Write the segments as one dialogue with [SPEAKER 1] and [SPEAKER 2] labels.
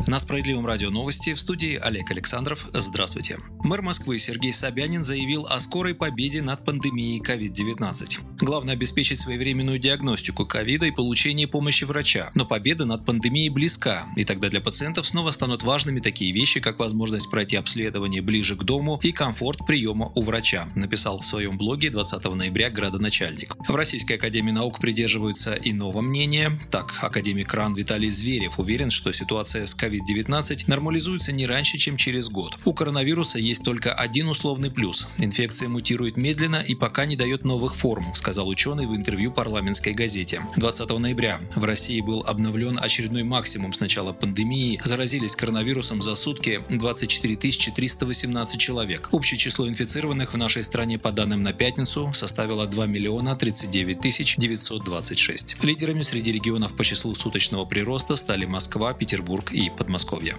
[SPEAKER 1] На Справедливом радио новости, в студии Олег Александров. Здравствуйте. Мэр Москвы Сергей Собянин заявил о скорой победе над пандемией COVID-19. Главное обеспечить своевременную диагностику ковида и получение помощи врача. Но победа над пандемией близка, и тогда для пациентов снова станут важными такие вещи, как возможность пройти обследование ближе к дому и комфорт приема у врача, написал в своем блоге 20 ноября градоначальник. В Российской академии наук придерживаются иного мнения. Так, академик РАН Виталий Зверев уверен, что ситуация с COVID-19 нормализуется не раньше, чем через год. У коронавируса есть только один условный плюс – инфекция мутирует медленно и пока не дает новых форм, сказал ученый в интервью парламентской газете. 20 ноября в России был обновлен очередной максимум с начала пандемии. Заразились коронавирусом за сутки 24 318 человек. Общее число инфицированных в нашей стране по данным на пятницу составило 2 039 926. Лидерами среди регионов по числу суточного прироста стали Москва, Петербург и Подмосковье.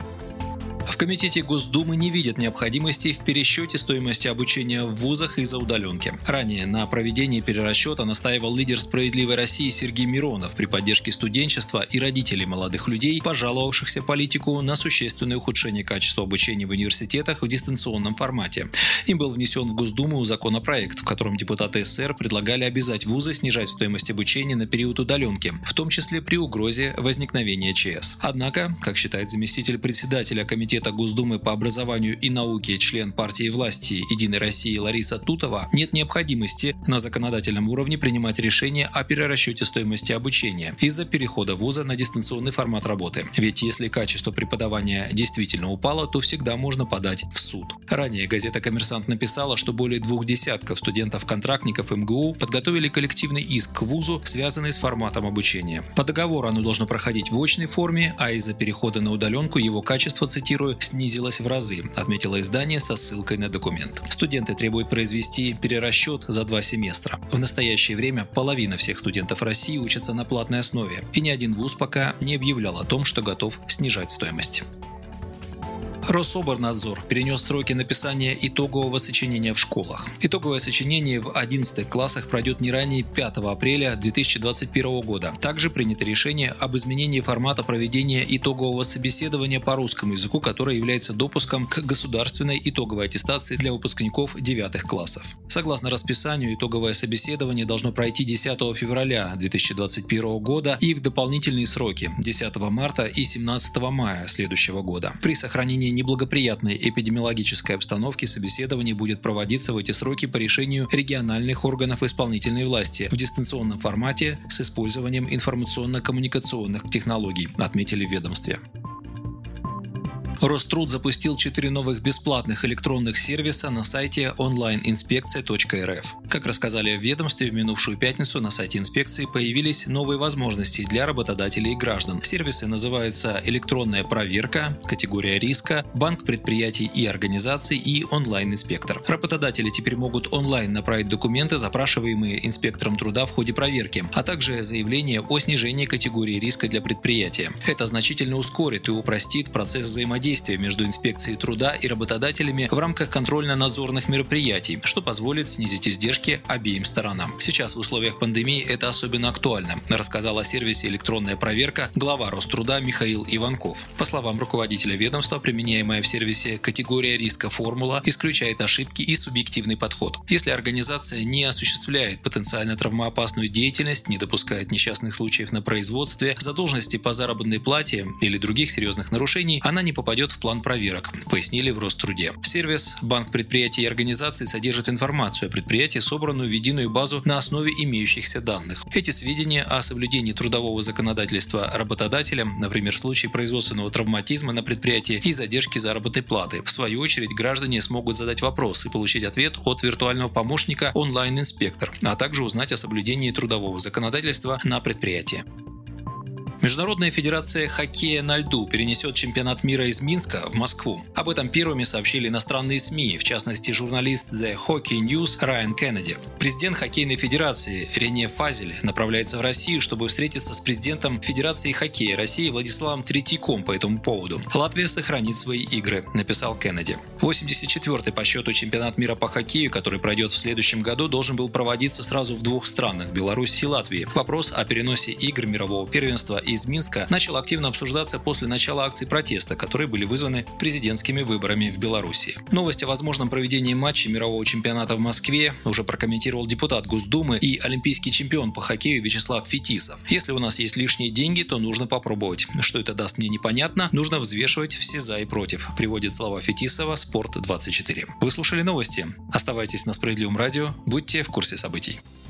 [SPEAKER 1] В Комитете Госдумы не видят необходимости в пересчете стоимости обучения в вузах из-за удаленки. Ранее на проведении перерасчета настаивал лидер «Справедливой России» Сергей Миронов при поддержке студенчества и родителей молодых людей, пожаловавшихся политику на существенное ухудшение качества обучения в университетах в дистанционном формате. Им был внесен в Госдуму законопроект, в котором депутаты СССР предлагали обязать вузы снижать стоимость обучения на период удаленки, в том числе при угрозе возникновения ЧС. Однако, как считает заместитель председателя Комитета Госдумы по образованию и науке, член партии власти «Единой России» Лариса Тутова, нет необходимости на законодательном уровне принимать решение о перерасчете стоимости обучения из-за перехода вуза на дистанционный формат работы. Ведь если качество преподавания действительно упало, то всегда можно подать в суд. Ранее газета «Коммерсант» написала, что более 20 студентов-контрактников МГУ подготовили коллективный иск к вузу, связанный с форматом обучения. По договору оно должно проходить в очной форме, а из-за перехода на удаленку его качество, цитирую, снизилась в разы, отметило издание со ссылкой на документ. Студенты требуют произвести перерасчет за 2 семестра. В настоящее время половина всех студентов России учатся на платной основе, и ни один вуз пока не объявлял о том, что готов снижать стоимость. Рособорнадзор перенес сроки написания итогового сочинения в школах. Итоговое сочинение в 11 классах пройдет не ранее 5 апреля 2021 года. Также принято решение об изменении формата проведения итогового собеседования по русскому языку, которое является допуском к государственной итоговой аттестации для выпускников 9 классов. Согласно расписанию, итоговое собеседование должно пройти 10 февраля 2021 года и в дополнительные сроки 10 марта и 17 мая следующего года. При сохранении неблагоприятной эпидемиологической обстановки собеседование будет проводиться в эти сроки по решению региональных органов исполнительной власти в дистанционном формате с использованием информационно-коммуникационных технологий, отметили в ведомстве. Роструд запустил 4 новых бесплатных электронных сервиса на сайте onlineinspekция.рф. Как рассказали в ведомстве, в минувшую пятницу на сайте инспекции появились новые возможности для работодателей и граждан. Сервисы называются «Электронная проверка», «Категория риска», «Банк предприятий и организаций» и «Онлайн-инспектор». Работодатели теперь могут онлайн направить документы, запрашиваемые инспектором труда в ходе проверки, а также заявление о снижении категории риска для предприятия. Это значительно ускорит и упростит процесс взаимодействия между инспекцией труда и работодателями в рамках контрольно-надзорных мероприятий, что позволит снизить издержки обеим сторонам. Сейчас в условиях пандемии это особенно актуально, рассказал о сервисе «Электронная проверка» глава Роструда Михаил Иванков. По словам руководителя ведомства, применяемая в сервисе категория риска формула исключает ошибки и субъективный подход. Если организация не осуществляет потенциально травмоопасную деятельность, не допускает несчастных случаев на производстве, задолженности по заработной плате или других серьезных нарушений, она не попадет в план проверок, пояснили в Роструде. Сервис «Банк предприятий и организаций» содержит информацию о предприятии, собранную в единую базу на основе имеющихся данных. Эти сведения о соблюдении трудового законодательства работодателем, например, в случае производственного травматизма на предприятии и задержки заработной платы. В свою очередь, граждане смогут задать вопрос и получить ответ от виртуального помощника онлайн-инспектор, а также узнать о соблюдении трудового законодательства на предприятии. Международная федерация хоккея на льду перенесет чемпионат мира из Минска в Москву. Об этом первыми сообщили иностранные СМИ, в частности журналист The Hockey News Райан Кеннеди. Президент хоккейной федерации Рене Фазель направляется в Россию, чтобы встретиться с президентом Федерации хоккея России Владиславом Третьяком по этому поводу. Латвия сохранит свои игры, написал Кеннеди. 84-й по счету чемпионат мира по хоккею, который пройдет в следующем году, должен был проводиться сразу в двух странах – Беларуси и Латвии. Вопрос о переносе игр мирового первенства из Минска начал активно обсуждаться после начала акций протеста, которые были вызваны президентскими выборами в Беларуси. Новость о возможном проведении матча мирового чемпионата в Москве уже прокомментировал депутат Госдумы и олимпийский чемпион по хоккею Вячеслав Фетисов. Если у нас есть лишние деньги, то нужно попробовать. Что это даст, мне непонятно. Нужно взвешивать все за и против. Приводит слова Фетисова Спорт 24. Вы слушали новости. Оставайтесь на Справедливом радио. Будьте в курсе событий.